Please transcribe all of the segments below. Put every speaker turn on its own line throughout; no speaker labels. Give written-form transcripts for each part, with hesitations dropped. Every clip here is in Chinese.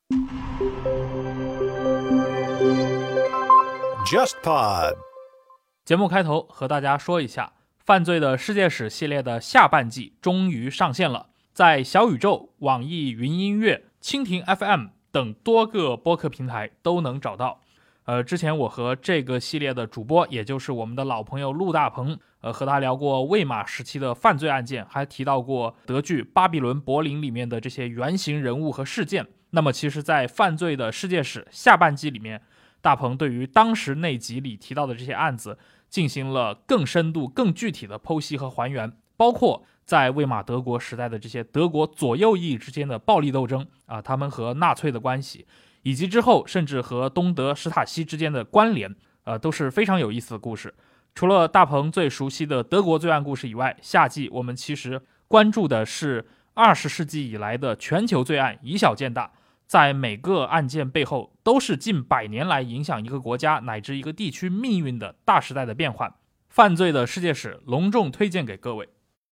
JustPod
节目开头和大家说一下，犯罪的世界史系列的下半季终于上线了，在小宇宙、网易云音乐、蜻蜓 FM 等多个播客平台都能找到。之前我和这个系列的主播，也就是我们的老朋友陆大鹏，和他聊过魏玛时期的犯罪案件，还提到过德剧《巴比伦柏林》里面的这些原型人物和事件。那么其实在犯罪的世界史下半季里面，大鹏对于当时那集里提到的这些案子进行了更深度、更具体的剖析和还原，包括在魏玛德国时代的这些德国左右翼之间的暴力斗争他们和纳粹的关系，以及之后甚至和东德史塔西之间的关联，都是非常有意思的故事。除了大鹏最熟悉的德国罪案故事以外，下季我们其实关注的是20世纪以来的全球罪案，以小见大，在每个案件背后都是近100年来影响一个国家乃至一个地区命运的大时代的变换。犯罪的世界史隆重推荐给各位。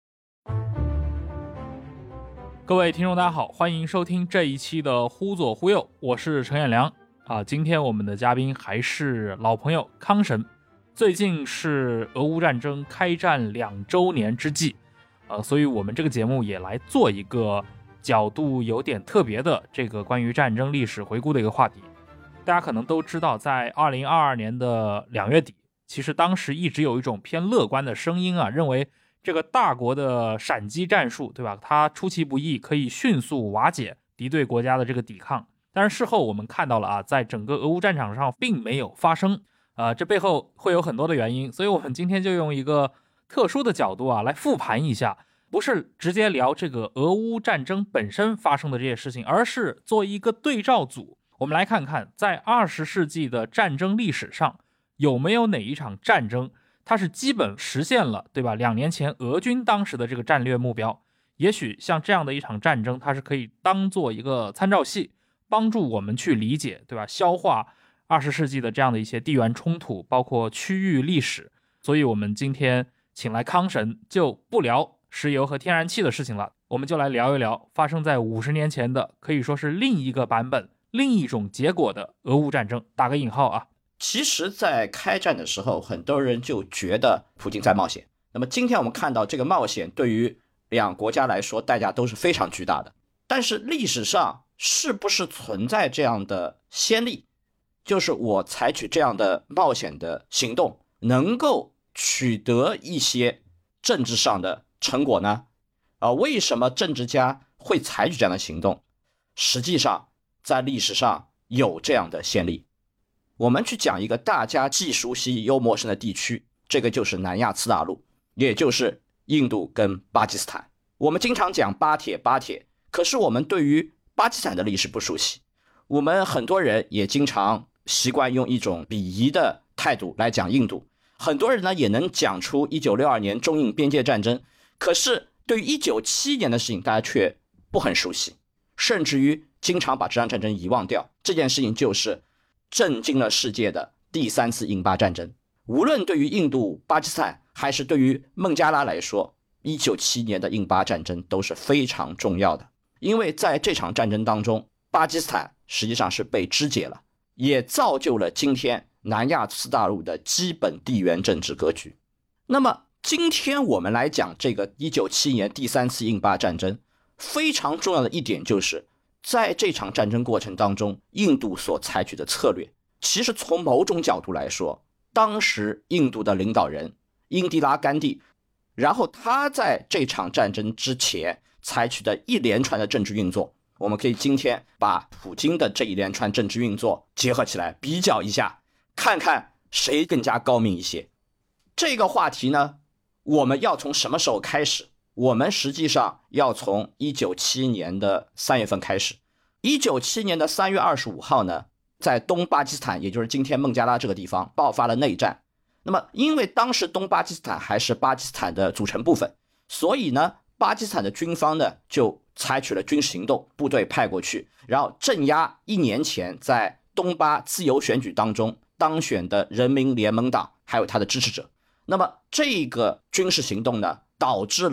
各位听众大家好，欢迎收听这一期的忽左忽右，我是陈彦良今天我们的嘉宾还是老朋友康神。最近是俄乌战争开战2周年之际所以我们这个节目也来做一个角度有点特别的这个关于战争历史回顾的一个话题。大家可能都知道，在2022年的2月底，其实当时一直有一种偏乐观的声音认为这个大国的闪击战术，对吧？它出其不意，可以迅速瓦解敌对国家的这个抵抗。但是事后我们看到了在整个俄乌战场上并没有发生这背后会有很多的原因，所以我们今天就用一个特殊的角度来复盘一下，不是直接聊这个俄乌战争本身发生的这些事情，而是做一个对照组，我们来看看在20世纪的战争历史上有没有哪一场战争它是基本实现了，对吧？2年前俄军当时的这个战略目标，也许像这样的一场战争，它是可以当做一个参照系，帮助我们去理解，对吧？消化20世纪的这样的一些地缘冲突，包括区域历史。所以我们今天请来康神，就不聊石油和天然气的事情了，我们就来聊一聊发生在50年前的，可以说是另一个版本、另一种结果的俄乌战争，打个引号
其实在开战的时候，很多人就觉得普京在冒险。那么今天我们看到这个冒险对于两国家来说代价都是非常巨大的。但是历史上是不是存在这样的先例，就是我采取这样的冒险的行动能够取得一些政治上的成果呢？为什么政治家会采取这样的行动？实际上在历史上有这样的先例。我们去讲一个大家既熟悉又陌生的地区，这个就是南亚次大陆，也就是印度跟巴基斯坦。我们经常讲巴铁，可是我们对于巴基斯坦的历史不熟悉。我们很多人也经常习惯用一种鄙夷的态度来讲印度。很多人呢也能讲出1962年中印边界战争，可是对于1971年的事情大家却不很熟悉，甚至于经常把这场战争遗忘掉。这件事情就是震惊了世界的第3次印巴战争。无论对于印度、巴基斯坦还是对于孟加拉来说，1971年的印巴战争都是非常重要的。因为在这场战争当中，巴基斯坦实际上是被肢解了，也造就了今天南亚次大陆的基本地缘政治格局。那么今天我们来讲这个1971年第3次印巴战争，非常重要的一点就是在这场战争过程当中，印度所采取的策略，其实从某种角度来说，当时印度的领导人英迪拉甘地，然后他在这场战争之前采取的一连串的政治运作，我们可以今天把普京的这一连串政治运作结合起来比较一下，看看谁更加高明一些。这个话题呢，我们要从什么时候开始？我们实际上要从1971年的3月份开始。1971年的3月25号呢，在东巴基斯坦，也就是今天孟加拉这个地方爆发了内战。那么因为当时东巴基斯坦还是巴基斯坦的组成部分，所以呢巴基斯坦的军方呢就采取了军事行动，部队派过去，然后镇压1年前在东巴自由选举当中当选的人民联盟党还有他的支持者。那么这个军事行动呢，导致了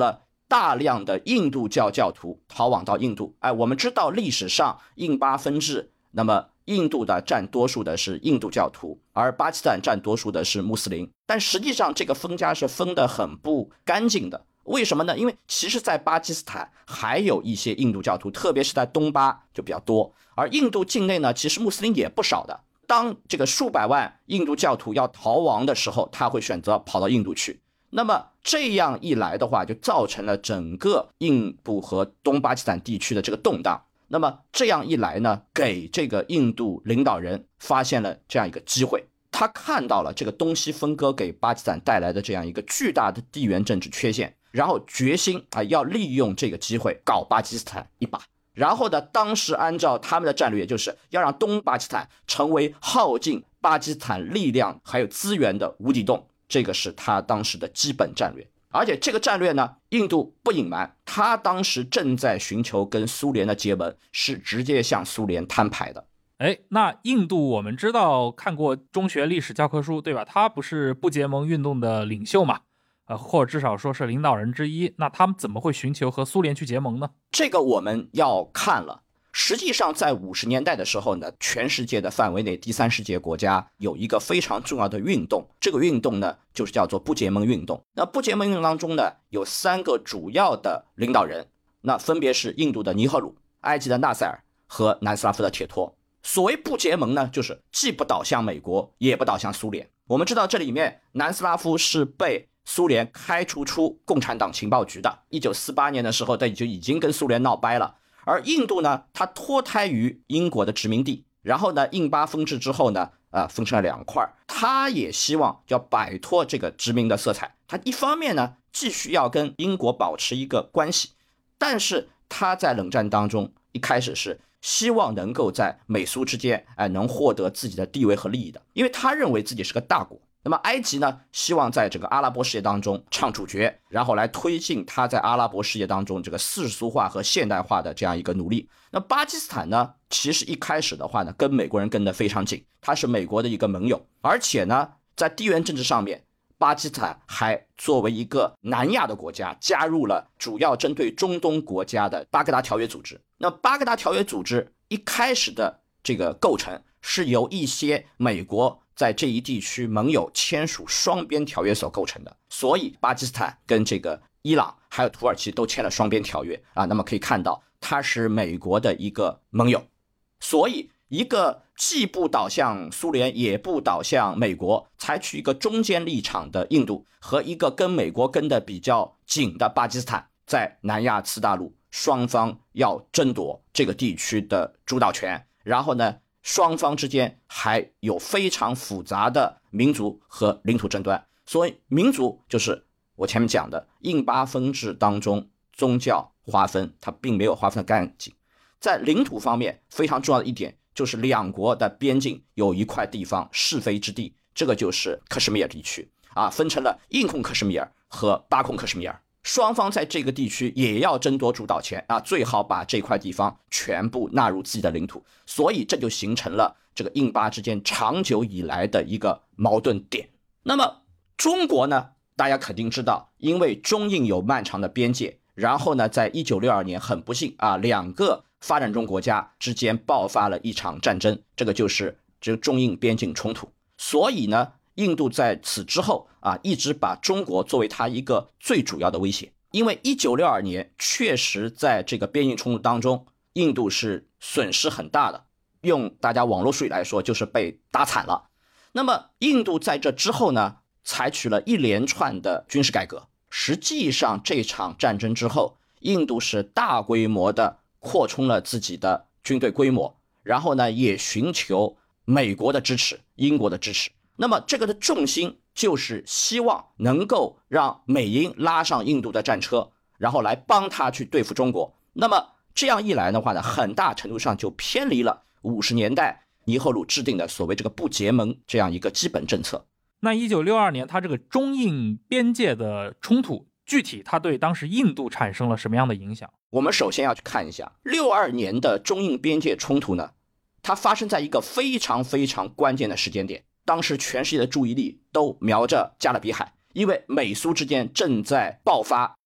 大量的印度教徒逃往到印度。我们知道历史上印巴分治，那么印度的占多数的是印度教徒，而巴基斯坦占多数的是穆斯林。但实际上这个分家是分得很不干净的。为什么呢？因为其实在巴基斯坦还有一些印度教徒，特别是在东巴就比较多，而印度境内呢，其实穆斯林也不少的。当这个数百万印度教徒要逃亡的时候，他会选择跑到印度去。那么这样一来的话，就造成了整个印度和东巴基斯坦地区的这个动荡。那么这样一来呢，给这个印度领导人发现了这样一个机会，他看到了这个东西分割给巴基斯坦带来的这样一个巨大的地缘政治缺陷，然后决心要利用这个机会搞巴基斯坦一把。然后呢，当时按照他们的战略，就是要让东巴基斯坦成为耗尽巴基斯坦力量还有资源的无底洞，这个是他当时的基本战略。而且这个战略呢，印度不隐瞒，他当时正在寻求跟苏联的结盟，是直接向苏联摊牌的。
那印度我们知道看过中学历史教科书，对吧？他不是不结盟运动的领袖嘛？或者至少说是领导人之一，那他们怎么会寻求和苏联去结盟呢？
这个我们要看了。实际上在50年代的时候呢，全世界的范围内第三世界国家有一个非常重要的运动，这个运动呢就是叫做不结盟运动。那不结盟运动当中呢，有3个主要的领导人，那分别是印度的尼赫鲁、埃及的纳赛尔和南斯拉夫的铁托。所谓不结盟呢，就是既不倒向美国，也不倒向苏联。我们知道这里面南斯拉夫是被苏联开除出共产党情报局的，1948年的时候他就已经跟苏联闹掰了。而印度呢，它脱胎于英国的殖民地，然后呢，印巴分治之后呢，分成了2块，他也希望要摆脱这个殖民的色彩。他一方面呢，继续要跟英国保持一个关系，但是他在冷战当中一开始是希望能够在美苏之间能获得自己的地位和利益的，因为他认为自己是个大国。那么埃及呢，希望在整个阿拉伯世界当中唱主角，然后来推进他在阿拉伯世界当中这个世俗化和现代化的这样一个努力。那巴基斯坦呢，其实一开始的话呢，跟美国人跟得非常紧，他是美国的一个盟友，而且呢，在地缘政治上面，巴基斯坦还作为一个南亚的国家，加入了主要针对中东国家的巴格达条约组织。那巴格达条约组织一开始的这个构成是由一些美国在这一地区盟友签署双边条约所构成的，所以巴基斯坦跟这个伊朗还有土耳其都签了双边条约那么可以看到它是美国的一个盟友。所以一个既不倒向苏联也不倒向美国，采取一个中间立场的印度和一个跟美国跟得比较紧的巴基斯坦，在南亚次大陆双方要争夺这个地区的主导权，然后呢，双方之间还有非常复杂的民族和领土争端。所以民族就是我前面讲的印巴分治当中宗教划分，它并没有划分得干净。在领土方面非常重要的一点就是两国的边境有一块地方是非之地，这个就是克什米尔地区分成了印控克什米尔和巴控克什米尔，双方在这个地区也要争夺主导权最好把这块地方全部纳入自己的领土。所以这就形成了这个印巴之间长久以来的一个矛盾点。那么中国呢，大家肯定知道，因为中印有漫长的边界，然后呢，在1962年很不幸2个发展中国家之间爆发了一场战争，这个就是这个中印边境冲突。所以呢，印度在此之后一直把中国作为它一个最主要的威胁。因为1962年确实在这个边境冲突当中，印度是损失很大的，用大家网络术语来说就是被打惨了。那么印度在这之后呢，采取了一连串的军事改革。实际上这场战争之后，印度是大规模的扩充了自己的军队规模，然后呢，也寻求美国的支持、英国的支持。那么这个的重心就是希望能够让美英拉上印度的战车，然后来帮他去对付中国。那么这样一来的话呢，很大程度上就偏离了50年代尼赫鲁制定的所谓这个不结盟这样一个基本政策。
那1962年它这个中印边界的冲突，具体它对当时印度产生了什么样的影响？
我们首先要去看一下62年的中印边界冲突呢，它发生在一个非常非常关键的时间点。当时全世界的注意力都瞄着加勒比海，因为美苏之间正在爆发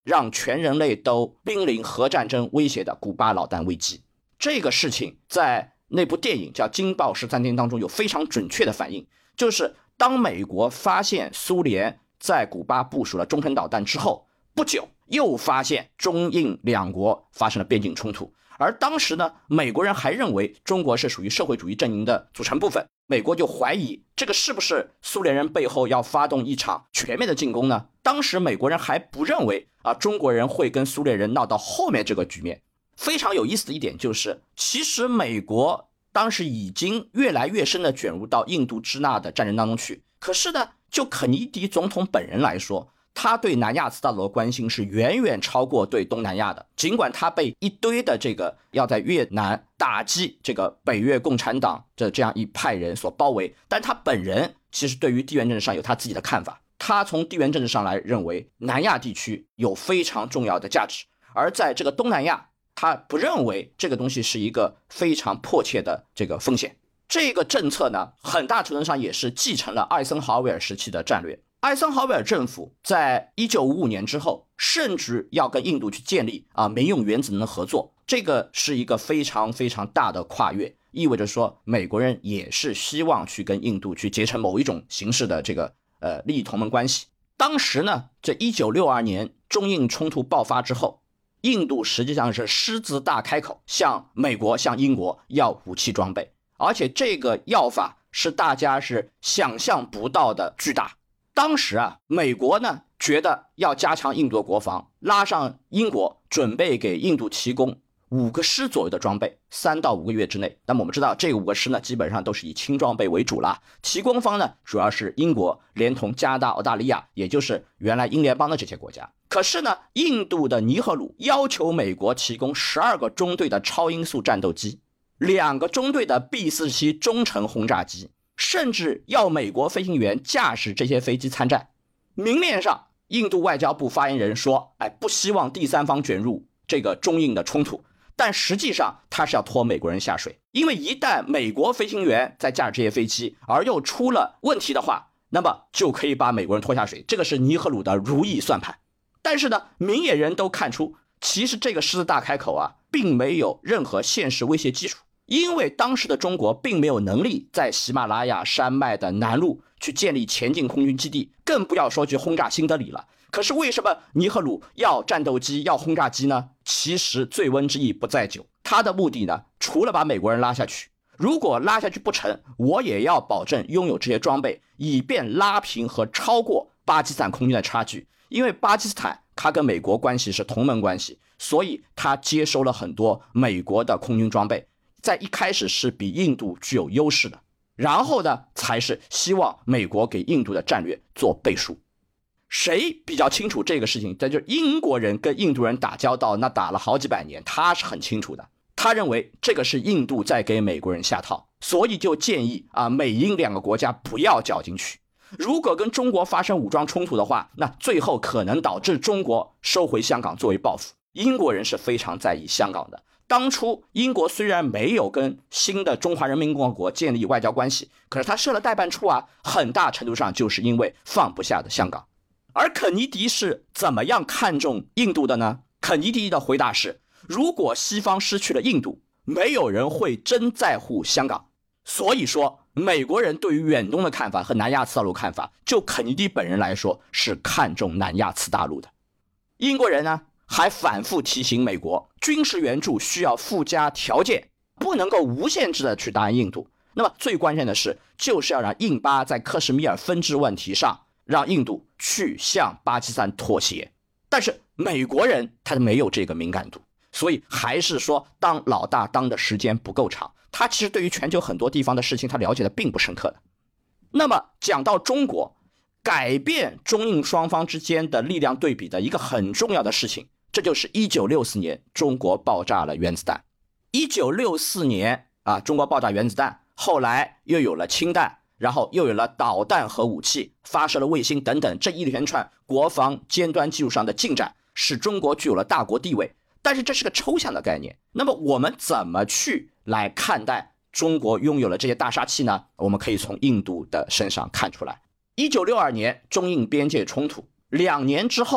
让全人类都濒临核战争威胁的古巴导弹危机。这个事情在那部电影叫《惊爆13天》当中有非常准确的反应，就是当美国发现苏联在古巴部署了中程导弹之后，不久又发现中印两国发生了边境冲突。而当时呢，美国人还认为中国是属于社会主义阵营的组成部分，美国就怀疑这个是不是苏联人背后要发动一场全面的进攻呢？当时美国人还不认为中国人会跟苏联人闹到后面这个局面。非常有意思的一点就是，其实美国当时已经越来越深的卷入到印度支那的战争当中去。可是呢，就肯尼迪总统本人来说，他对南亚次大陆的关心是远远超过对东南亚的。尽管他被一堆的这个要在越南打击这个北越共产党的这样一派人所包围，但他本人其实对于地缘政治上有他自己的看法。他从地缘政治上来认为南亚地区有非常重要的价值，而在这个东南亚，他不认为这个东西是一个非常迫切的这个风险。这个政策呢，很大程度上也是继承了艾森豪威尔时期的战略。艾森豪威尔政府在1955年之后，甚至要跟印度去建立民用原子能的合作，这个是一个非常非常大的跨越，意味着说美国人也是希望去跟印度去结成某一种形式的这个利益同盟关系。当时呢，这1962年中印冲突爆发之后，印度实际上是狮子大开口，向美国向英国要武器装备，而且这个要法是大家是想象不到的巨大。当时美国呢觉得要加强印度的国防，拉上英国准备给印度提供5个师左右的装备，3到5个月之内。那么我们知道这5个师呢基本上都是以轻装备为主啦，提供方呢主要是英国连同加拿大、澳大利亚，也就是原来英联邦的这些国家。可是呢，印度的尼赫鲁要求美国提供12个中队的超音速战斗机，2个中队的 B-47中程轰炸机，甚至要美国飞行员驾驶这些飞机参战。明面上印度外交部发言人说不希望第三方卷入这个中印的冲突，但实际上他是要拖美国人下水，因为一旦美国飞行员在驾驶这些飞机而又出了问题的话，那么就可以把美国人拖下水，这个是尼赫鲁的如意算盘。但是呢，明眼人都看出，其实这个狮子大开口并没有任何现实威胁基础，因为当时的中国并没有能力在喜马拉雅山脉的南麓去建立前进空军基地，更不要说去轰炸新德里了。可是为什么尼赫鲁要战斗机要轰炸机呢？其实醉翁之意不在酒，他的目的呢，除了把美国人拉下去，如果拉下去不成，我也要保证拥有这些装备，以便拉平和超过巴基斯坦空军的差距。因为巴基斯坦他跟美国关系是同盟关系，所以他接收了很多美国的空军装备，在一开始是比印度具有优势的，然后呢才是希望美国给印度的战略做背书。谁比较清楚这个事情？这就是英国人跟印度人打交道，那打了好几百年，他是很清楚的。他认为这个是印度在给美国人下套，所以就建议美英2个国家不要搅进去。如果跟中国发生武装冲突的话，那最后可能导致中国收回香港作为报复。英国人是非常在意香港的。当初英国虽然没有跟新的中华人民共和国建立外交关系，可是他设了代办处很大程度上就是因为放不下的香港。而肯尼迪是怎么样看重印度的呢？肯尼迪的回答是，如果西方失去了印度，没有人会真在乎香港。所以说美国人对于远东的看法和南亚次大陆看法，就肯尼迪本人来说是看重南亚次大陆的。英国人呢还反复提醒美国，军事援助需要附加条件，不能够无限制的去答应印度。那么最关键的是，就是要让印巴在克什米尔分治问题上让印度去向巴基斯坦妥协。但是美国人他没有这个敏感度，所以还是说当老大当的时间不够长，他其实对于全球很多地方的事情他了解的并不深刻的。那么讲到中国，改变中印双方之间的力量对比的一个很重要的事情，这就是1964年中国爆炸了原子弹。1964年中国爆炸原子弹，后来又有了氢弹，然后又有了导弹核武器，发射了卫星等等，这一连串国防尖端技术上的进展，使中国具有了大国地位。但是这是个抽象的概念，那么我们怎么去来看待中国拥有了这些大杀器呢？我们可以从印度的身上看出来。1962年中印边界冲突，2年之后，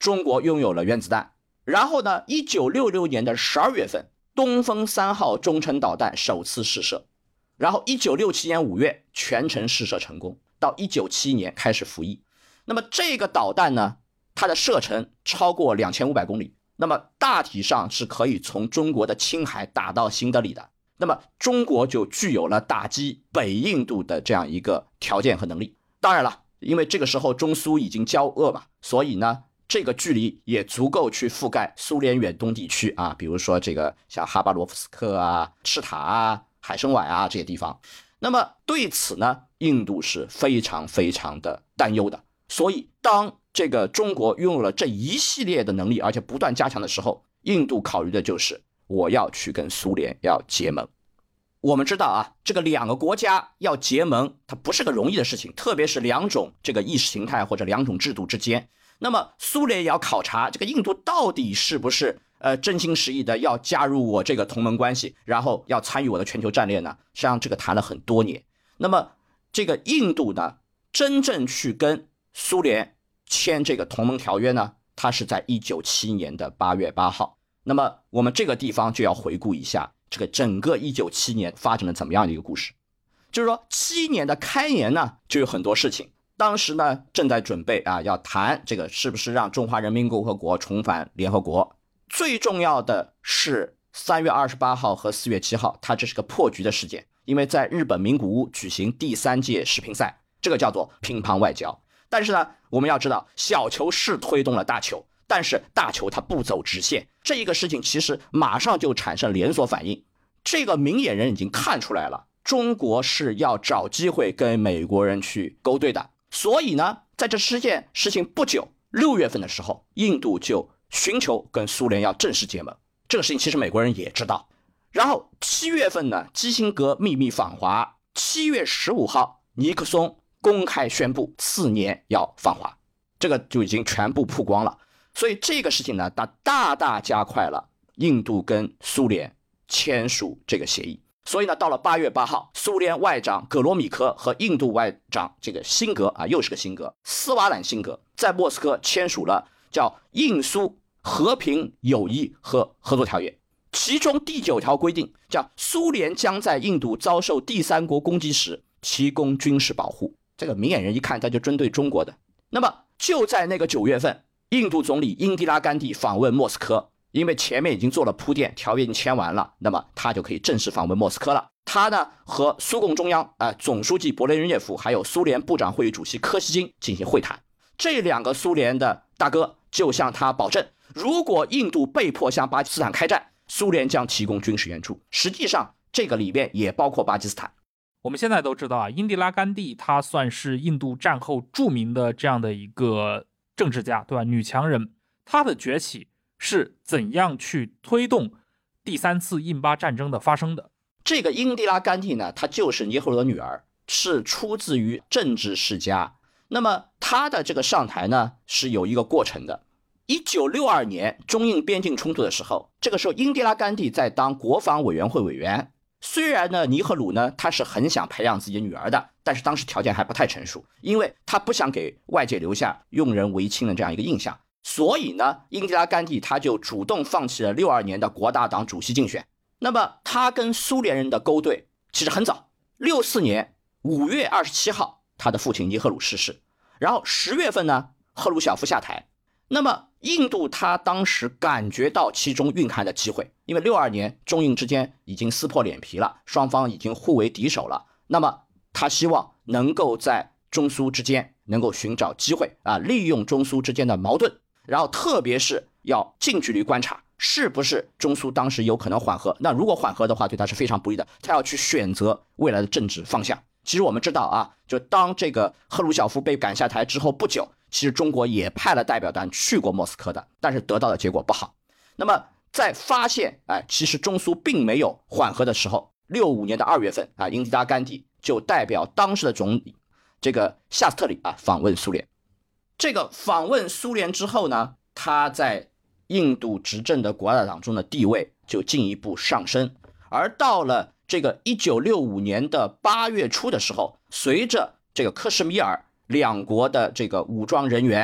中国拥有了原子弹。然后呢，1966年的12月份，东风3号中程导弹首次试射，然后1967年5月全程试射成功，到1971年开始服役。那么这个导弹呢，它的射程超过2500公里，那么大体上是可以从中国的青海打到新德里的。那么中国就具有了打击北印度的这样一个条件和能力。当然了，因为这个时候中苏已经交恶嘛，所以呢这个距离也足够去覆盖苏联远东地区啊，比如说这个像哈巴罗夫斯克啊、赤塔啊、海参崴啊这些地方。那么对此呢，印度是非常非常的担忧的。所以当这个中国拥有了这一系列的能力，而且不断加强的时候，印度考虑的就是我要去跟苏联要结盟。我们知道啊，这个两个国家要结盟，它不是个容易的事情，特别是两种这个意识形态或者两种制度之间。那么苏联也要考察这个印度到底是不是真心实意的要加入我这个同盟关系，然后要参与我的全球战略呢？实际上这个谈了很多年。那么这个印度呢，真正去跟苏联签这个同盟条约呢，它是在1971年的8月8号。那么我们这个地方就要回顾一下这个整个1971年发生了怎么样的一个故事。就是说71年的开年呢，就有很多事情。当时呢正在准备要谈这个是不是让中华人民共和国重返联合国。最重要的是3月28号和4月7号，它这是个破局的事件，因为在日本名古屋举行第3届世乒赛，这个叫做乒乓外交。但是呢，我们要知道小球是推动了大球，但是大球它不走直线，这一个事情其实马上就产生连锁反应。这个明眼人已经看出来了，中国是要找机会跟美国人去勾兑的。所以呢，在这事情不久，6月份的时候，印度就寻求跟苏联要正式结盟。这个事情其实美国人也知道。然后7月份呢，基辛格秘密访华，7月15号，尼克松公开宣布4年要访华，这个就已经全部曝光了。所以这个事情呢，它大大加快了印度跟苏联签署这个协议。所以呢，到了8月8号，苏联外长葛罗米科和印度外长这个辛格又是个辛格，斯瓦兰辛格，在莫斯科签署了叫印苏和平友谊和合作条约。其中第9条规定，叫苏联将在印度遭受第三国攻击时提供军事保护。这个明眼人一看，他就针对中国的。那么就在那个9月份，印度总理英迪拉甘地访问莫斯科，因为前面已经做了铺垫，条约已经签完了，那么他就可以正式访问莫斯科了。他呢和苏共中央总书记勃列日涅夫还有苏联部长会议主席柯西金进行会谈。这两个苏联的大哥就向他保证，如果印度被迫向巴基斯坦开战，苏联将提供军事援助。实际上这个里面也包括巴基斯坦。
我们现在都知道英迪拉甘地她算是印度战后著名的这样的一个政治家，对吧？女强人。她的崛起是怎样去推动第3次印巴战争的发生的？
这个英迪拉甘地呢，她就是尼赫鲁的女儿，是出自于政治世家。那么她的这个上台呢，是有一个过程的。1962年中印边境冲突的时候，这个时候英迪拉甘地在当国防委员会委员。虽然呢，尼赫鲁呢，他是很想培养自己的女儿的，但是当时条件还不太成熟，因为他不想给外界留下用人唯亲的这样一个印象。所以呢，英迪拉甘地他就主动放弃了62年的国大党主席竞选。那么他跟苏联人的勾兑其实很早，64年5月27号，他的父亲尼赫鲁逝世，然后10月份呢，赫鲁晓夫下台。那么印度他当时感觉到其中蕴含的机会，因为62年中印之间已经撕破脸皮了，双方已经互为敌手了。那么他希望能够在中苏之间能够寻找机会利用中苏之间的矛盾，然后特别是要近距离观察是不是中苏当时有可能缓和。那如果缓和的话，对他是非常不利的，他要去选择未来的政治方向。其实我们知道就当这个赫鲁晓夫被赶下台之后不久，其实中国也派了代表团去过莫斯科的，但是得到的结果不好。那么在发现其实中苏并没有缓和的时候，65年的2月份英迪拉甘地就代表当时的总理这个夏斯特里访问苏联。这个访问苏联之后呢，他在印度执政的国大党中的地位就进一步上升。而到了这个1965年的8月初的时候，随着这个克什米尔两国的这个武装人员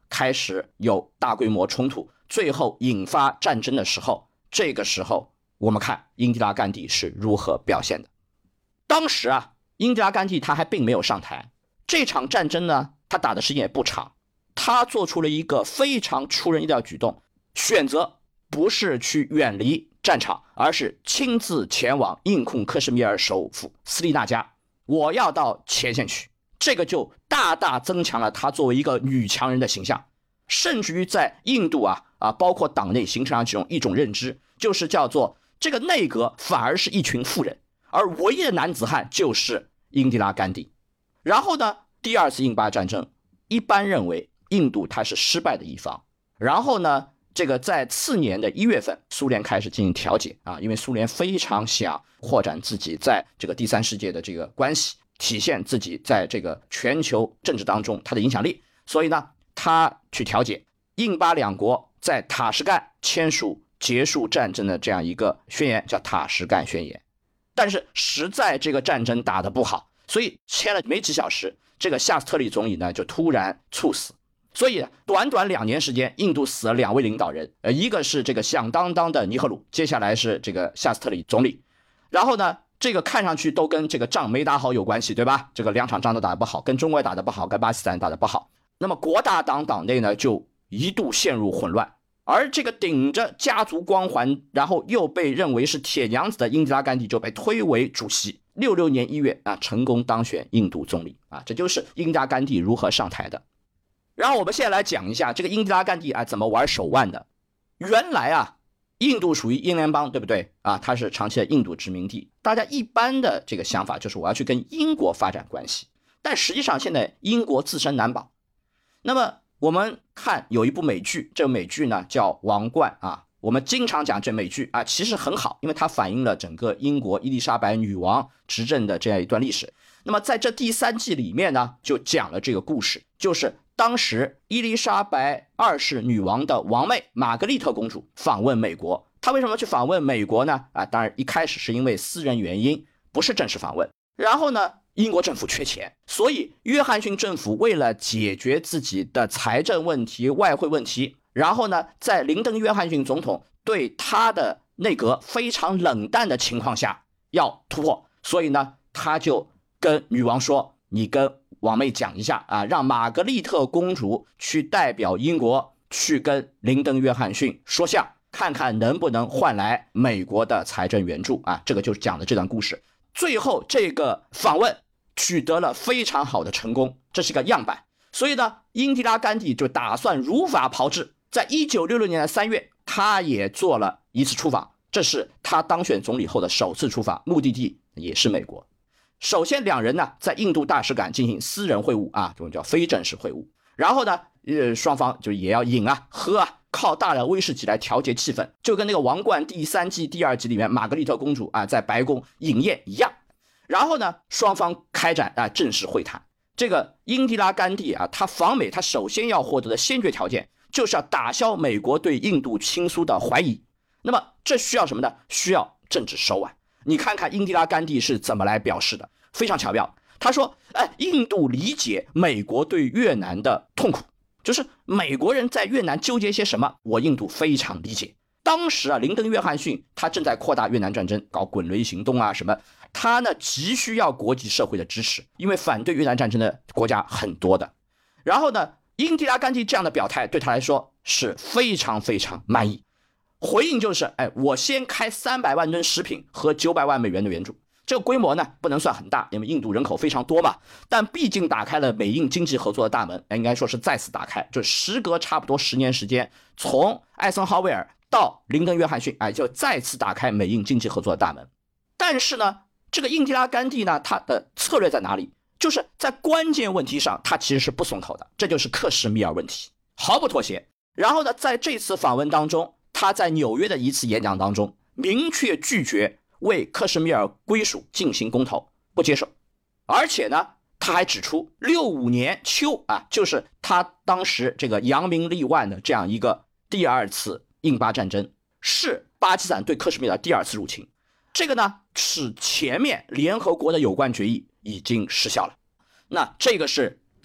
开始有大规模冲突，最后引发战争的时候，这个时候我们看英迪拉甘地是如何表现的。当时啊，英迪拉甘地他还并没有上台，这场战争呢，他打的时间也不长，他做出了一个非常出人意料的举动，选择不是去远离战场，而是亲自前往印控克什米尔首府斯利纳加，我要到前线去。这个就大大增强了他作为一个女强人的形象，甚至于在印度包括党内形成了一种认知，就是叫做这个内阁反而是一群妇人，而唯一的男子汉就是英迪拉甘地。然后呢，第二次印巴战争，一般认为印度它是失败的一方。然后呢，这个在次年的1月份，苏联开始进行调解因为苏联非常想扩展自己在这个第三世界的这个关系，体现自己在这个全球政治当中它的影响力，所以呢，他去调解，印巴两国在塔什干签署结束战争的这样一个宣言，叫塔什干宣言。但是实在这个战争打得不好，所以签了没几小时，这个夏斯特利总理呢就突然猝死。所以短短2年时间，印度死了2位领导人，一个是这个响当当的尼赫鲁，接下来是这个夏斯特利总理。然后呢，这个看上去都跟这个仗没打好有关系，对吧？这个2场仗都打得不好，跟中国打得不好，跟巴基斯坦打得不好。那么国大党党内呢就一度陷入混乱，而这个顶着家族光环，然后又被认为是铁娘子的英迪拉甘地就被推为主席。66年1月成功当选印度总理这就是英迪拉甘地如何上台的。然后我们现在来讲一下这个英迪拉甘地怎么玩手腕的。原来印度属于英联邦，对不对它是长期的印度殖民地，大家一般的这个想法就是我要去跟英国发展关系，但实际上现在英国自身难保。那么我们看有一部美剧，这个美剧呢叫《王冠》我们经常讲这美剧其实很好，因为它反映了整个英国伊丽莎白女王执政的这样一段历史。那么在这第3季里面呢，就讲了这个故事，就是当时伊丽莎白2世女王的王妹玛格丽特公主访问美国。她为什么去访问美国呢？当然一开始是因为私人原因，不是正式访问。然后呢，英国政府缺钱，所以约翰逊政府为了解决自己的财政问题、外汇问题，然后呢，在林登·约翰逊总统对他的内阁非常冷淡的情况下要突破，所以呢，他就跟女王说，你跟王妹讲一下让玛格丽特公主去代表英国去跟林登·约翰逊说相，看看能不能换来美国的财政援助这个就是讲的这段故事。最后这个访问取得了非常好的成功，这是一个样板。所以呢，英迪拉甘地就打算如法炮制，在1966年的3月，他也做了一次出访，这是他当选总理后的首次出访，目的地也是美国。首先两人呢在印度大使馆进行私人会晤这种叫非正式会晤。然后呢双方就也要饮喝靠大量威士忌来调节气氛，就跟那个《王冠》第3季第2集里面玛格丽特公主在白宫饮宴一样。然后呢，双方开展正式会谈。这个英迪拉甘地他访美，他首先要获得的先决条件就是要打消美国对印度亲苏的怀疑。那么这需要什么呢？需要政治手腕。你看看英迪拉甘地是怎么来表示的，非常巧妙。他说印度理解美国对越南的痛苦，就是美国人在越南纠结些什么，我印度非常理解。当时林登·约翰逊他正在扩大越南战争，搞滚雷行动什么，他呢急需要国际社会的支持，因为反对越南战争的国家很多的。然后呢，英迪拉甘地这样的表态对他来说是非常非常满意。回应就是我先开300万吨食品和900万美元的援助。这个规模呢不能算很大，因为印度人口非常多嘛，但毕竟打开了美印经济合作的大门，应该说是再次打开，就时隔差不多10年时间，从艾森豪威尔到林登·约翰逊就再次打开美印经济合作的大门。但是呢，这个英迪拉甘地呢，他的策略在哪里？就是在关键问题上他其实是不松口的，这就是克什米尔问题，毫不妥协。然后呢，在这次访问当中，他在纽约的一次演讲当中明确拒绝为克什米尔归属进行公投，不接受。而且呢，他还指出65年秋就是他当时这个扬名立万的这样一个第2次印巴战争，是巴基斯坦对克什米尔第2次入侵。这个呢，使前面联合国的有关决议已经失效了。那这个是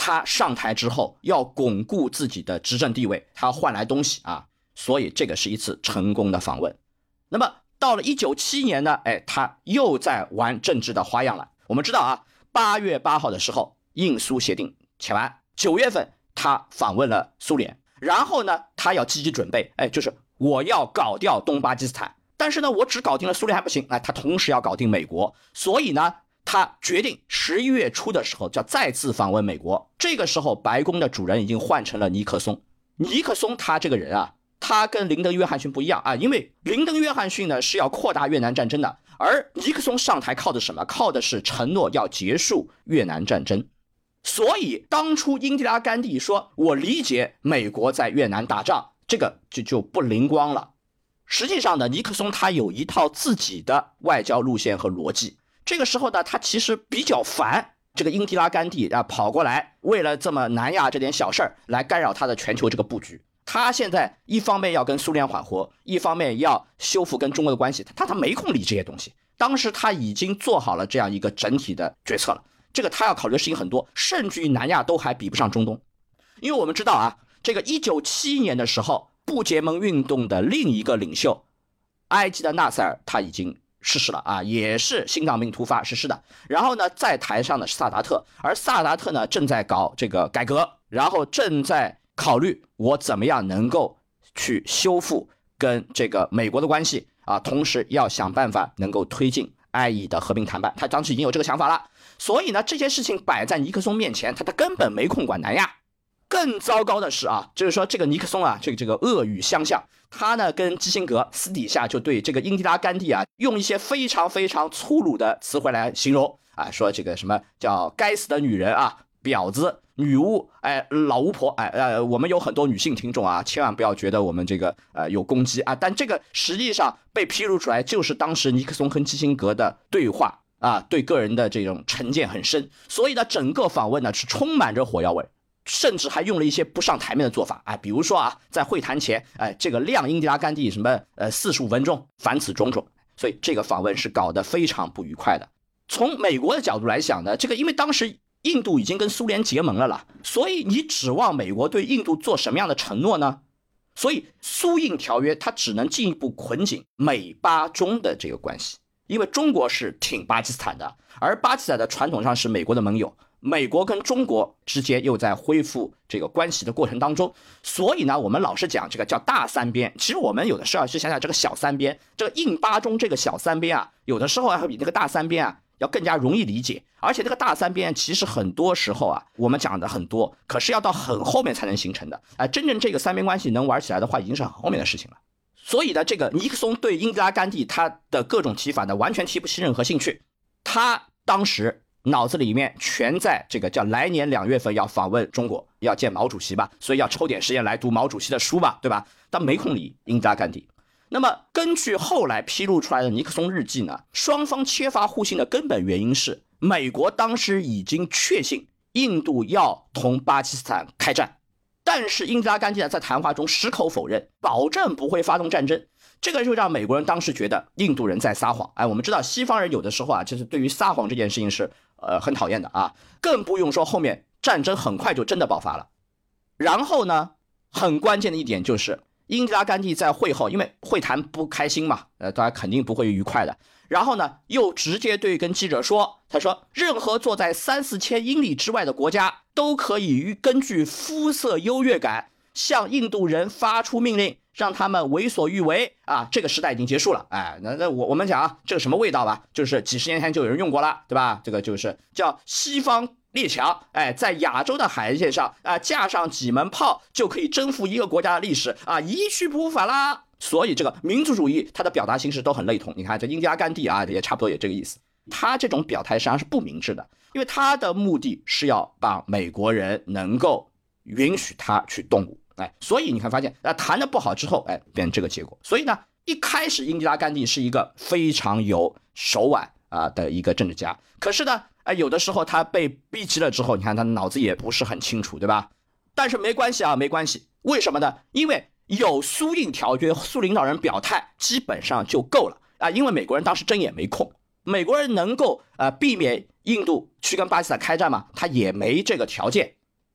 他上台之后要巩固自己的执政地位，他要换来东西啊，所以这个是一次成功的访问。那么到了1971年呢，他又在玩政治的花样了。我们知道啊，8月8号的时候印苏协定签完，9月份他访问了苏联，然后呢他要积极准备，就是我要搞掉东巴基斯坦，但是呢我只搞定了苏联还不行，他同时要搞定美国，所以呢他决定11月初的时候就要再次访问美国。这个时候白宫的主人已经换成了尼克松。尼克松他这个人啊，他跟林登约翰逊不一样啊，因为林登约翰逊呢是要扩大越南战争的，而尼克松上台靠的什么？靠的是承诺要结束越南战争。所以当初英迪拉甘地说我理解美国在越南打仗，这个就不灵光了。实际上呢，尼克松他有一套自己的外交路线和逻辑。这个时候呢，他其实比较烦这个英迪拉甘地跑过来，为了这么南亚这点小事儿来干扰他的全球这个布局。他现在一方面要跟苏联缓和，一方面要修复跟中国的关系，他没空理这些东西。当时他已经做好了这样一个整体的决策了，这个他要考虑的事情很多，甚至于南亚都还比不上中东。因为我们知道啊，这个1971年的时候，不结盟运动的另一个领袖埃及的纳赛尔他已经逝世了啊，也是心脏病突发逝世的。然后呢，在台上的是萨达特，而萨达特呢正在搞这个改革，然后正在考虑我怎么样能够去修复跟这个美国的关系啊，同时要想办法能够推进埃以的和平谈判。他当时已经有这个想法了，所以呢，这些事情摆在尼克松面前，他根本没空管南亚。更糟糕的是啊，就是说这个尼克松啊，这个恶语相向，他呢跟基辛格私底下就对这个英迪拉甘地啊，用一些非常非常粗鲁的词汇来形容啊，说这个什么叫该死的女人啊，婊子、女巫，老巫婆，我们有很多女性听众啊，千万不要觉得我们这个有攻击啊，但这个实际上被披露出来，就是当时尼克松跟基辛格的对话啊，对个人的这种成见很深，所以呢，整个访问呢是充满着火药味。甚至还用了一些不上台面的做法，比如说啊，在会谈前，这个晾英迪拉甘地什么45分钟，凡此种种，所以这个访问是搞得非常不愉快的。从美国的角度来讲呢，这个因为当时印度已经跟苏联结盟了啦，所以你指望美国对印度做什么样的承诺呢？所以苏印条约它只能进一步捆紧美巴中的这个关系，因为中国是挺巴基斯坦的，而巴基斯坦的传统上是美国的盟友。美国跟中国之间又在恢复这个关系的过程当中，所以呢，我们老是讲这个叫大三边，其实我们有的时候要去想想这个小三边，这个印巴中这个小三边啊，有的时候还比那个大三边啊要更加容易理解，而且这个大三边其实很多时候啊，我们讲的很多，可是要到很后面才能形成的，真正这个三边关系能玩起来的话，已经是很后面的事情了。所以呢，这个尼克松对英迪拉甘地他的各种提法呢，完全提不起任何兴趣，他当时脑子里面全在这个叫来年2月份要访问中国，要见毛主席吧，所以要抽点时间来读毛主席的书吧，对吧？但没空理英迪拉甘地。那么根据后来披露出来的尼克松日记呢，双方缺乏互信的根本原因是，美国当时已经确信印度要同巴基斯坦开战，但是英迪拉甘地在谈话中矢口否认，保证不会发动战争。这个就让美国人当时觉得印度人在撒谎。我们知道西方人有的时候啊，就是对于撒谎这件事情是很讨厌的啊，更不用说后面战争很快就真的爆发了。然后呢，很关键的一点就是英迪拉甘地在会后，因为会谈不开心嘛，大家肯定不会愉快的。然后呢，又直接对跟记者说，他说任何坐在3-4千英里之外的国家都可以根据肤色优越感向印度人发出命令，让他们为所欲为啊！这个时代已经结束了，那我们讲啊，这个什么味道吧？就是几十年前就有人用过了，对吧？这个就是叫西方列强，在亚洲的海岸线上架上几门炮就可以征服一个国家的历史啊，一去不复返啦。所以这个民族主义它的表达形式都很类同。你看这英迪拉甘地啊，也差不多也这个意思。他这种表态实际上是不明智的，因为他的目的是要把美国人能够允许他去动武。所以你看发现谈得不好之后变成这个结果。所以呢，一开始英迪拉甘地是一个非常有手腕的一个政治家，可是呢有的时候他被逼急了之后，你看他脑子也不是很清楚，对吧？但是没关系啊，没关系。为什么呢？因为有苏印条约，苏领导人表态基本上就够了因为美国人当时真也没空，美国人能够避免印度去跟巴基斯坦开战吗？他也没这个条件。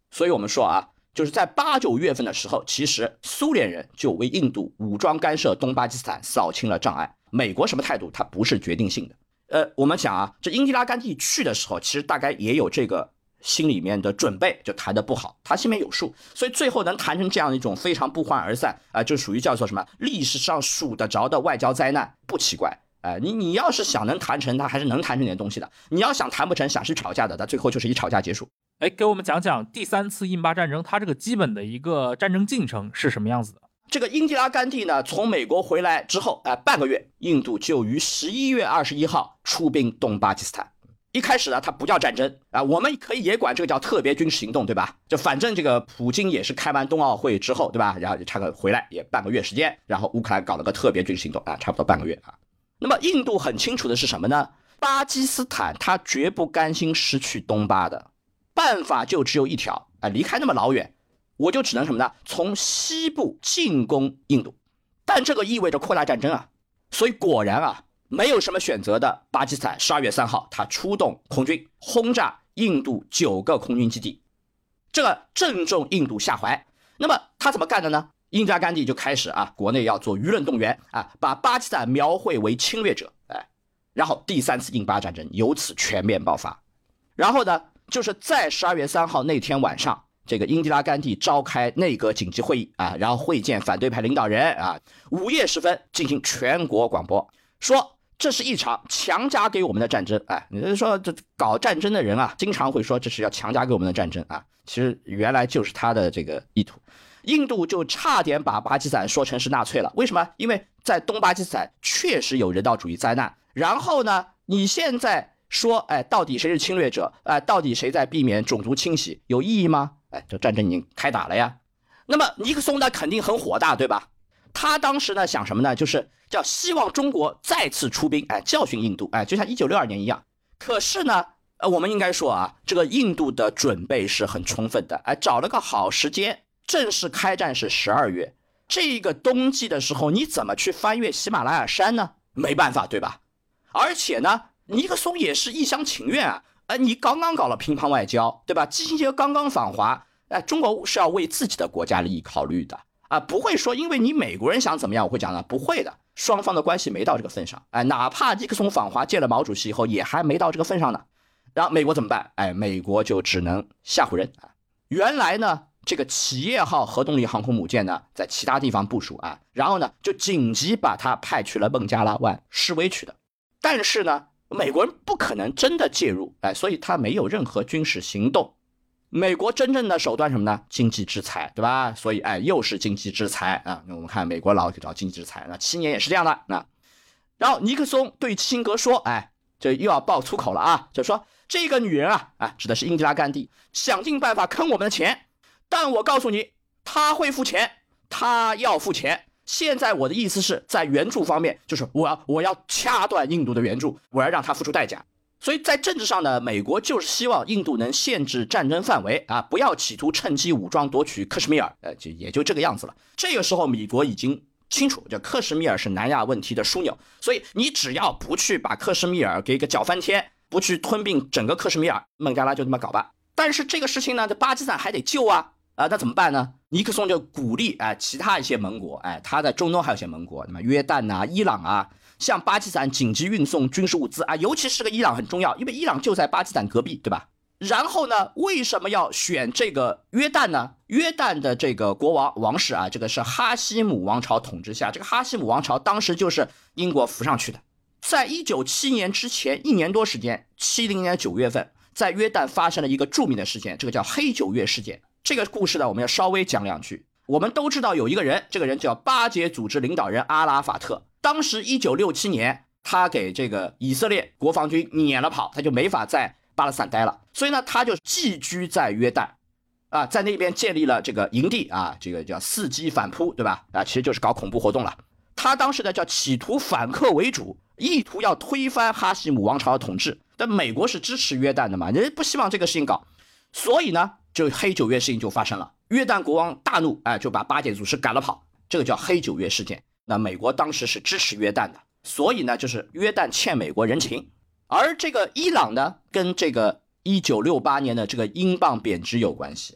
所以我们说啊，就是在8、9月份的时候，其实苏联人就为印度武装干涉东巴基斯坦扫清了障碍。美国什么态度？它不是决定性的。我们讲啊，这英迪拉甘地去的时候，其实大概也有这个心里面的准备，就谈得不好，他心里面有数，所以最后能谈成这样一种非常不欢而散就属于叫做什么历史上数得着的外交灾难，不奇怪。你要是想能谈成，他还是能谈成点东西的。你要想谈不成，想是吵架的，他最后就是以吵架结束。
给我们讲讲第3次印巴战争，它这个基本的一个战争进程是什么样子的？
这个英迪拉甘地呢，从美国回来之后，半个月，印度就于11月21号出兵东巴基斯坦。一开始呢，它不叫战争我们可以也管这个叫特别军事行动，对吧？就反正这个普京也是开完冬奥会之后，对吧？然后差个回来也半个月时间，然后乌克兰搞了个特别军事行动差不多半个月那么印度很清楚的是什么呢？巴基斯坦他绝不甘心失去东巴的办法就只有一条离开那么老远，我就只能什么呢？从西部进攻印度，但这个意味着扩大战争所以果然没有什么选择的巴基斯坦12月3号他出动空军轰炸印度9个空军基地，这个正中印度下怀。那么他怎么干的呢？英迪拉甘地就开始国内要做舆论动员把巴基斯坦描绘为侵略者然后第3次印巴战争由此全面爆发。然后呢，就是在12月3号那天晚上，这个英迪拉甘地召开内阁紧急会议然后会见反对派领导人午夜时分进行全国广播，说这是一场强加给我们的战争你是说这搞战争的人经常会说这是要强加给我们的战争其实原来就是他的这个意图。印度就差点把巴基斯坦说成是纳粹了，为什么？因为在东巴基斯坦确实有人道主义灾难，然后呢，你现在说到底谁是侵略者到底谁在避免种族清洗，有意义吗？这战争已经开打了呀。那么尼克松呢肯定很火大，对吧？他当时呢想什么呢？就是叫希望中国再次出兵教训印度就像1962年一样。可是呢我们应该说这个印度的准备是很充分的找了个好时间，正式开战是12月，这个冬季的时候你怎么去翻越喜马拉雅山呢？没办法，对吧？而且呢尼克松也是一厢情愿你刚刚搞了乒乓外交，对吧？基辛格刚刚访华中国是要为自己的国家利益考虑的不会说因为你美国人想怎么样我会讲的，不会的，双方的关系没到这个份上哪怕尼克松访华见了毛主席以后也还没到这个份上呢。然后美国怎么办？美国就只能吓唬人原来呢这个企业号核动力航空母舰呢在其他地方部署然后呢就紧急把它派去了孟加拉湾示威去的。但是呢美国人不可能真的介入所以他没有任何军事行动。美国真正的手段什么呢？经济制裁，对吧？所以又是经济制裁我们看美国老找经济制裁，那7年也是这样的然后尼克松对基辛格说这又要爆粗口了就说这个女人指的是英迪拉甘地，想尽办法坑我们的钱，但我告诉你她会付钱，她要付钱。现在我的意思是在援助方面，就是我要掐断印度的援助，我要让她付出代价。所以在政治上呢，美国就是希望印度能限制战争范围不要企图趁机武装夺取克什米尔也就这个样子了。这个时候美国已经清楚，这克什米尔是南亚问题的枢纽，所以你只要不去把克什米尔给个搅翻天，不去吞并整个克什米尔，孟加拉就这么搞吧。但是这个事情呢，这巴基斯坦还得救那怎么办呢？尼克松就鼓励其他一些盟国他在中东还有一些盟国，那么约旦伊朗向巴基斯坦紧急运送军事物资尤其是个伊朗很重要，因为伊朗就在巴基斯坦隔壁，对吧？然后呢，为什么要选这个约旦呢？约旦的这个国王王室这个是哈希姆王朝统治下，这个哈希姆王朝当时就是英国扶上去的。在1971年之前1年多时间，70年9月份，在约旦发生了一个著名的事件，这个叫黑9月事件。这个故事呢，我们要稍微讲两句。我们都知道有一个人，这个人叫巴解组织领导人阿拉法特。当时1967年，他给这个以色列国防军撵了跑，他就没法在巴勒斯坦待了，所以呢，他就寄居在约旦在那边建立了这个营地这个叫伺机反扑，对吧？其实就是搞恐怖活动了。他当时呢叫企图反客为主，意图要推翻哈希姆王朝的统治，但美国是支持约旦的嘛，人不希望这个事情搞，所以呢，就黑9月事情就发生了。约旦国王大怒就把巴解组织赶了跑，这个叫黑9月事件。那美国当时是支持约旦的，所以呢，就是约旦欠美国人情。而这个伊朗呢，跟这个1968年的这个英镑贬值有关系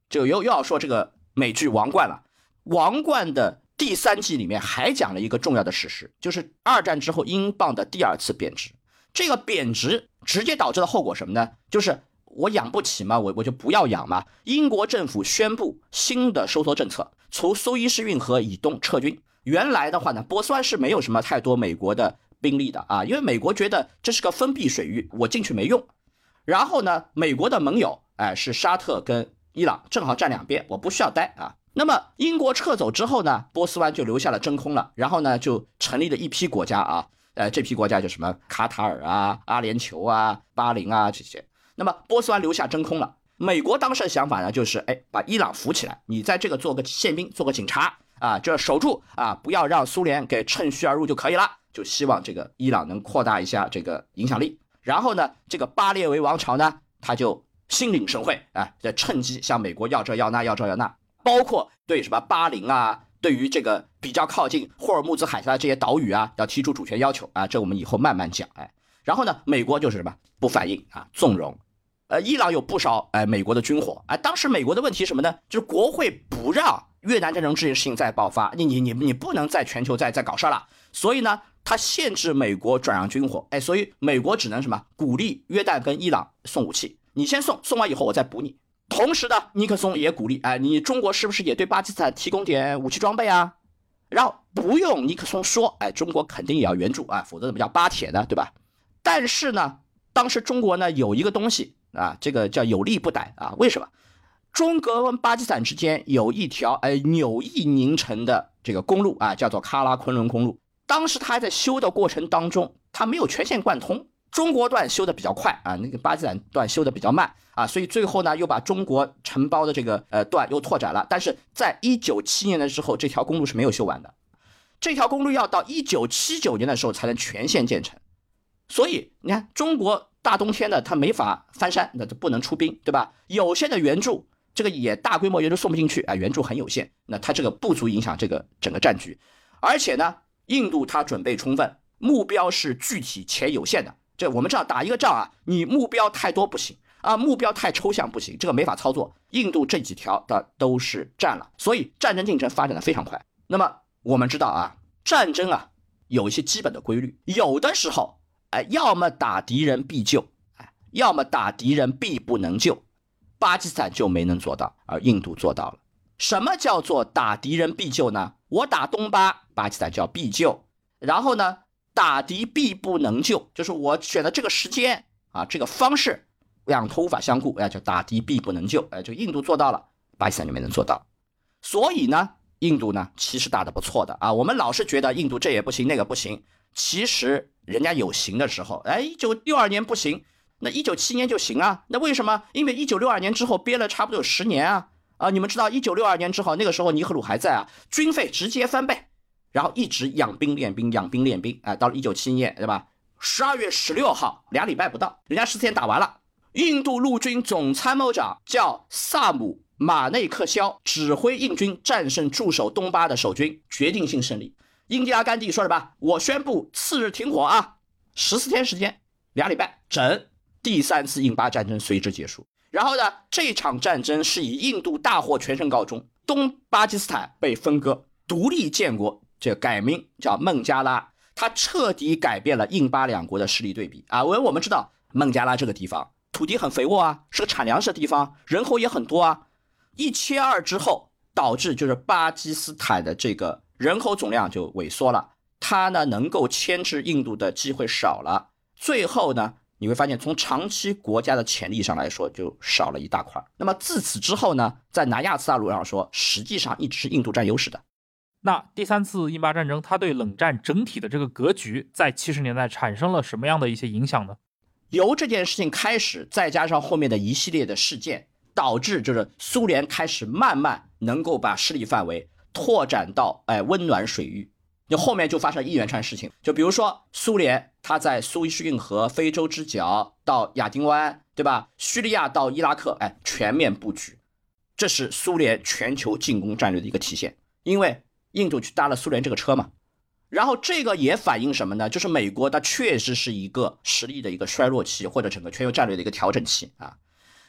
就又要说这个美剧《王冠》了。《王冠》的第3季里面还讲了一个重要的事实，就是2战之后英镑的第2次贬值。这个贬值直接导致的后果什么呢？就是我养不起嘛，我就不要养嘛。英国政府宣布新的收缩政策，从苏伊士运河以东撤军。原来的话呢，波斯湾是没有什么太多美国的兵力的啊，因为美国觉得这是个封闭水域，我进去没用。然后呢，美国的盟友是沙特跟伊朗，正好站两边，我不需要待啊。那么英国撤走之后呢，波斯湾就留下了真空了，然后呢就成立了一批国家啊，这批国家就什么卡塔尔啊、阿联酋啊、巴林啊这些。那么波斯湾留下真空了，美国当时的想法呢就是把伊朗扶起来，你在这个做个宪兵，做个警察啊，这守住啊，不要让苏联给趁虚而入就可以了，就希望这个伊朗能扩大一下这个影响力。然后呢，这个巴列维王朝呢，他就心领神会啊，趁机向美国要这要那要这要那，包括对什么巴林啊，对于这个比较靠近霍尔木兹海峡的这些岛屿啊，要提出主权要求啊，这我们以后慢慢讲。然后呢，美国就是什么不反应啊，纵容。伊朗有不少美国的军火当时美国的问题什么呢？就是国会不让越南战争这件事情再爆发，你不能在全球再搞事了，所以呢，他限制美国转让军火，所以美国只能什么鼓励约旦跟伊朗送武器，你先送完以后我再补你。同时呢，尼克松也鼓励你中国是不是也对巴基斯坦提供点武器装备啊？然后不用尼克松说，中国肯定也要援助否则怎么叫巴铁呢，对吧？但是呢，当时中国呢有一个东西这个叫有利不逮为什么？中国跟巴基斯坦之间有一条纽意凝成的这个公路叫做喀拉昆仑公路。当时他还在修的过程当中，他没有全线贯通，中国段修的比较快那个巴基斯坦段修的比较慢所以最后呢又把中国承包的这个段又拓展了。但是在1977年的时候，这条公路是没有修完的，这条公路要到1979年的时候才能全线建成。所以你看，中国大冬天的他没法翻山，那就不能出兵，对吧？有限的援助，这个也大规模援助送不进去援助很有限，那他这个不足影响这个整个战局。而且呢，印度他准备充分，目标是具体且有限的。这我们知道打一个仗你目标太多不行目标太抽象不行，这个没法操作。印度这几条的都是占了，所以战争进程发展的非常快。那么我们知道战争有一些基本的规律，有的时候要么打敌人必救要么打敌人必不能救。巴基斯坦就没能做到，而印度做到了。什么叫做打敌人必救呢？我打东巴，巴基斯坦叫必救。然后呢，打敌必不能救，就是我选的这个时间这个方式两头无法相顾叫打敌必不能救就印度做到了，巴基斯坦就没能做到。所以呢，印度呢其实打得不错的我们老是觉得印度这也不行那个不行，其实人家有行的时候1962年不行，那1977年就行那为什么？因为1962年之后憋了差不多有10年你们知道1962年之后，那个时候尼赫鲁还在军费直接翻倍，然后一直养兵练兵养兵练兵到了1977年，对吧？12月16号2礼拜不到，人家14天打完了。印度陆军总参谋长叫萨姆马内克肖指挥印军战胜驻守东巴的守军，决定性胜利。印第拉甘地说什么？我宣布次日停火14天时间2礼拜整，第3次印巴战争随之结束。然后呢，这场战争是以印度大获全胜告终，东巴基斯坦被分割，独立建国，这个改名叫孟加拉，它彻底改变了印巴两国的势力对比我们知道孟加拉这个地方土地很肥沃是个产粮食的地方，人口也很多一切二之后，导致就是巴基斯坦的这个人口总量就萎缩了，它呢能够牵制印度的机会少了，最后呢你会发现从长期国家的潜力上来说就少了一大块。那么自此之后呢，在南亚次大陆上说，实际上一直是印度占优势的。
那第3次印巴战争它对冷战整体的这个格局在70年代产生了什么样的一些影响呢？
由这件事情开始，再加上后面的一系列的事件，导致就是苏联开始慢慢能够把势力范围拓展到温暖水域。就后面就发生一连串事情，就比如说苏联它在苏伊士运河、非洲之角到亚丁湾，对吧？叙利亚到伊拉克，全面布局，这是苏联全球进攻战略的一个体现。因为印度去搭了苏联这个车嘛，然后这个也反映什么呢？就是美国它确实是一个实力的一个衰落期，或者整个全球战略的一个调整期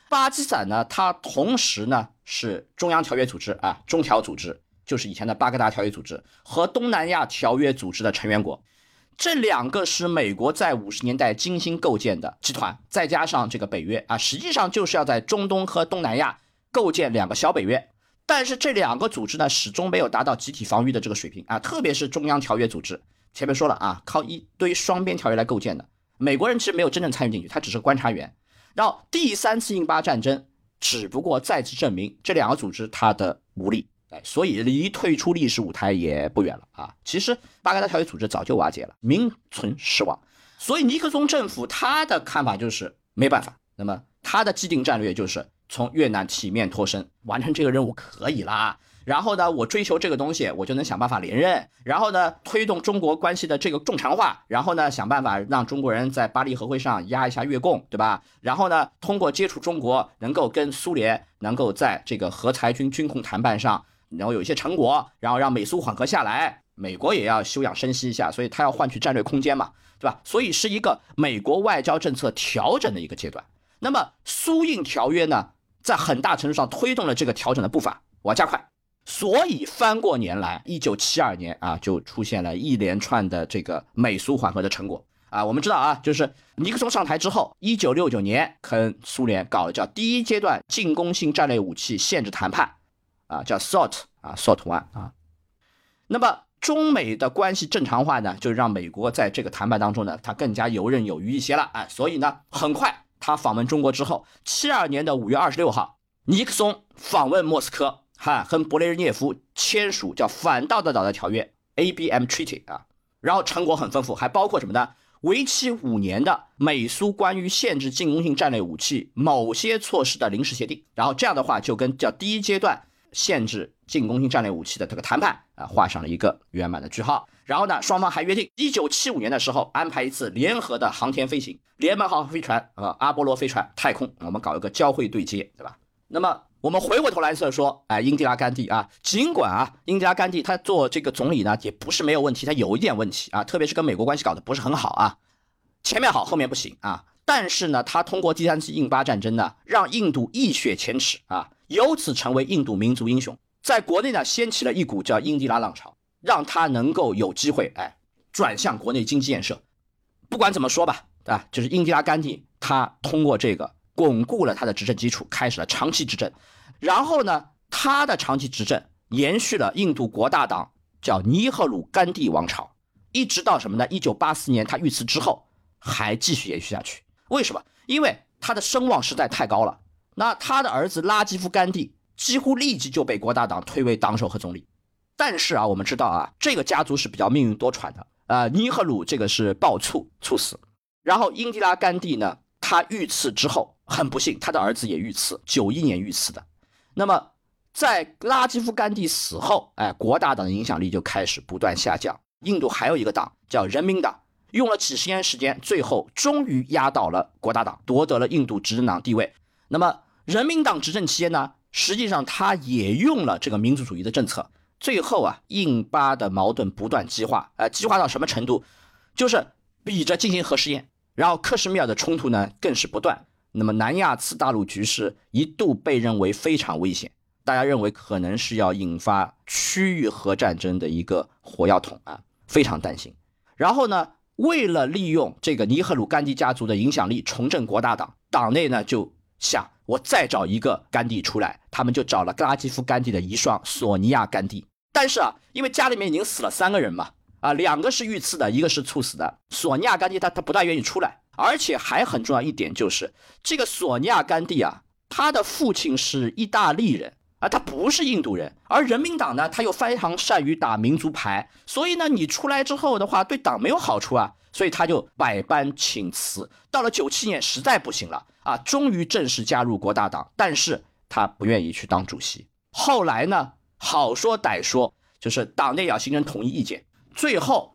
巴基斯坦呢，它同时呢是中央条约组织啊，中条组织，就是以前的巴格达条约组织和东南亚条约组织的成员国。这两个是美国在50年代精心构建的集团，再加上这个北约啊，实际上就是要在中东和东南亚构建2个小北约。但是这2个组织呢，始终没有达到集体防御的这个水平啊，特别是中央条约组织，前面说了啊，靠一堆双边条约来构建的，美国人其实没有真正参与进去，他只是观察员。然后第3次印巴战争只不过再次证明这2个组织它的无力，所以离退出历史舞台也不远了啊。其实巴格达条约组织早就瓦解了，名存实亡。所以尼克松政府他的看法就是没办法，那么他的既定战略就是从越南体面脱身，完成这个任务可以啦。然后呢，我追求这个东西，我就能想办法连任。然后呢，推动中国关系的这个重强化。然后呢，想办法让中国人在巴黎和会上压一下越共，对吧？然后呢，通过接触中国，能够跟苏联能够在这个核裁军军控谈判上，然后有一些成果，然后让美苏缓和下来。美国也要休养生息一下，所以他要换取战略空间嘛，对吧？所以是一个美国外交政策调整的一个阶段。那么苏印条约呢，在很大程度上推动了这个调整的步伐往加快。所以翻过年来1972年啊，就出现了一连串的这个美苏缓和的成果啊。我们知道啊，就是尼克松上台之后，1969年跟苏联搞了叫第1阶段进攻性战略武器限制谈判啊，叫 SALT 啊 SALT 1啊。那么中美的关系正常化呢，就让美国在这个谈判当中呢，它更加游刃有余一些了啊。所以呢，很快他访问中国之后，72年的5月26号，尼克松访问莫斯科。和勃列日涅夫签署叫反道德岛的条约 ABM Treaty 啊，然后成果很丰富，还包括什么呢？为期5年的美苏关于限制进攻性战略武器某些措施的临时协定，然后这样的话就跟叫第1阶段限制进攻性战略武器的这个谈判啊画上了一个圆满的句号。然后呢，双方还约定1975年的时候安排一次联合的航天飞行，联盟号飞船阿波罗飞船太空，我们搞一个交会对接，对吧？那么我们回过头来说，英迪拉甘地啊，尽管啊，英迪拉甘地他做这个总理呢，也不是没有问题，他有一点问题啊，特别是跟美国关系搞得不是很好啊，前面好，后面不行啊。但是呢，他通过第3次印巴战争呢，让印度一雪前耻啊，由此成为印度民族英雄，在国内呢掀起了一股叫英迪拉浪潮，让他能够有机会转向国内经济建设。不管怎么说吧，啊，就是英迪拉甘地他通过这个巩固了他的执政基础，开始了长期执政。然后呢，他的长期执政延续了印度国大党叫尼赫鲁甘地王朝，一直到什么呢？1984年他遇刺之后还继续延续下去。为什么？因为他的声望实在太高了。那他的儿子拉基夫甘地几乎立即就被国大党推为党首和总理。但是啊，我们知道啊，这个家族是比较命运多舛的。尼赫鲁这个是暴猝死，然后英迪拉甘地呢，他遇刺之后很不幸，他的儿子也遇刺，91年遇刺的。那么在拉基夫甘地死后，国大党的影响力就开始不断下降。印度还有一个党叫人民党，用了几十年时间，最后终于压倒了国大党，夺得了印度执政党地位。那么人民党执政期间呢，实际上他也用了这个民族主义的政策。最后啊，印巴的矛盾不断激化，激化到什么程度？就是比着进行核试验，然后克什米尔的冲突呢更是不断。那么南亚次大陆局势一度被认为非常危险，大家认为可能是要引发区域核战争的一个火药桶啊，非常担心。然后呢，为了利用这个尼赫鲁甘地家族的影响力重振国大党，党内呢就想我再找一个甘地出来，他们就找了拉基夫甘地的遗孀索尼娅甘地。但是啊，因为家里面已经死了3个人嘛，2个是遇刺的，1个是猝死的，索尼娅甘地他不大愿意出来。而且还很重要一点就是，这个索尼娅甘地啊，他的父亲是意大利人啊，他不是印度人。而人民党呢，他又非常善于打民族牌，所以呢，你出来之后的话，对党没有好处啊，所以他就百般请辞。到了97年实在不行了啊，终于正式加入国大党，但是他不愿意去当主席。后来呢，好说歹说，就是党内要形成统一意见，最后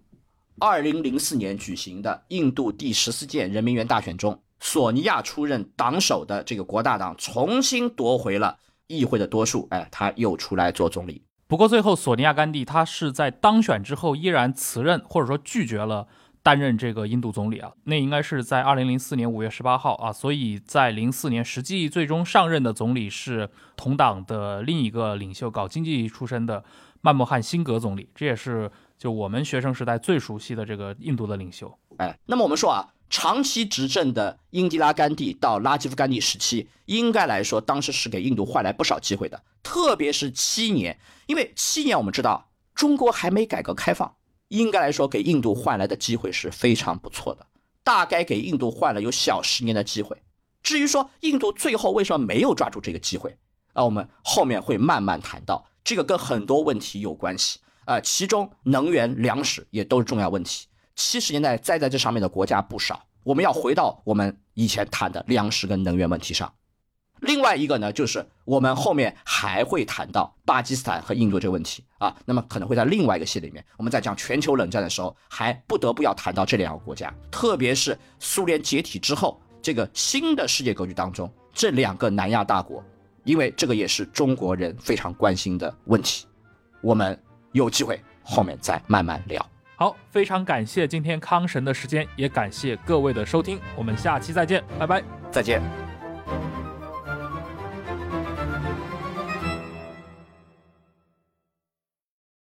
2004年举行的印度第14届人民元大选中，索尼娅出任党首的这个国大党重新夺回了议会的多数，他又出来做总理。
不过最后索尼娅甘地他是在当选之后依然辞任，或者说拒绝了担任这个印度总理啊，那应该是在2004年5月18号啊，所以在04年实际最终上任的总理是同党的另一个领袖，搞经济出身的曼莫汉辛格总理，这也是就我们学生时代最熟悉的这个印度的领袖。
那么我们说啊，长期执政的英迪拉甘地到拉基夫甘地时期，应该来说当时是给印度换来不少机会的，特别是7年，因为7年我们知道中国还没改革开放，应该来说给印度换来的机会是非常不错的，大概给印度换了有小10年的机会。至于说印度最后为什么没有抓住这个机会我们后面会慢慢谈到，这个跟很多问题有关系其中能源粮食也都是重要问题。70年代栽在这上面的国家不少，我们要回到我们以前谈的粮食跟能源问题上。另外一个呢，就是我们后面还会谈到巴基斯坦和印度这个问题那么可能会在另外一个系列里面，我们在讲全球冷战的时候还不得不要谈到这2个国家，特别是苏联解体之后这个新的世界格局当中这2个南亚大国，因为这个也是中国人非常关心的问题，我们有机会后面再慢慢聊。
好，非常感谢今天康神的时间，也感谢各位的收听，我们下期再见，拜拜。
再见。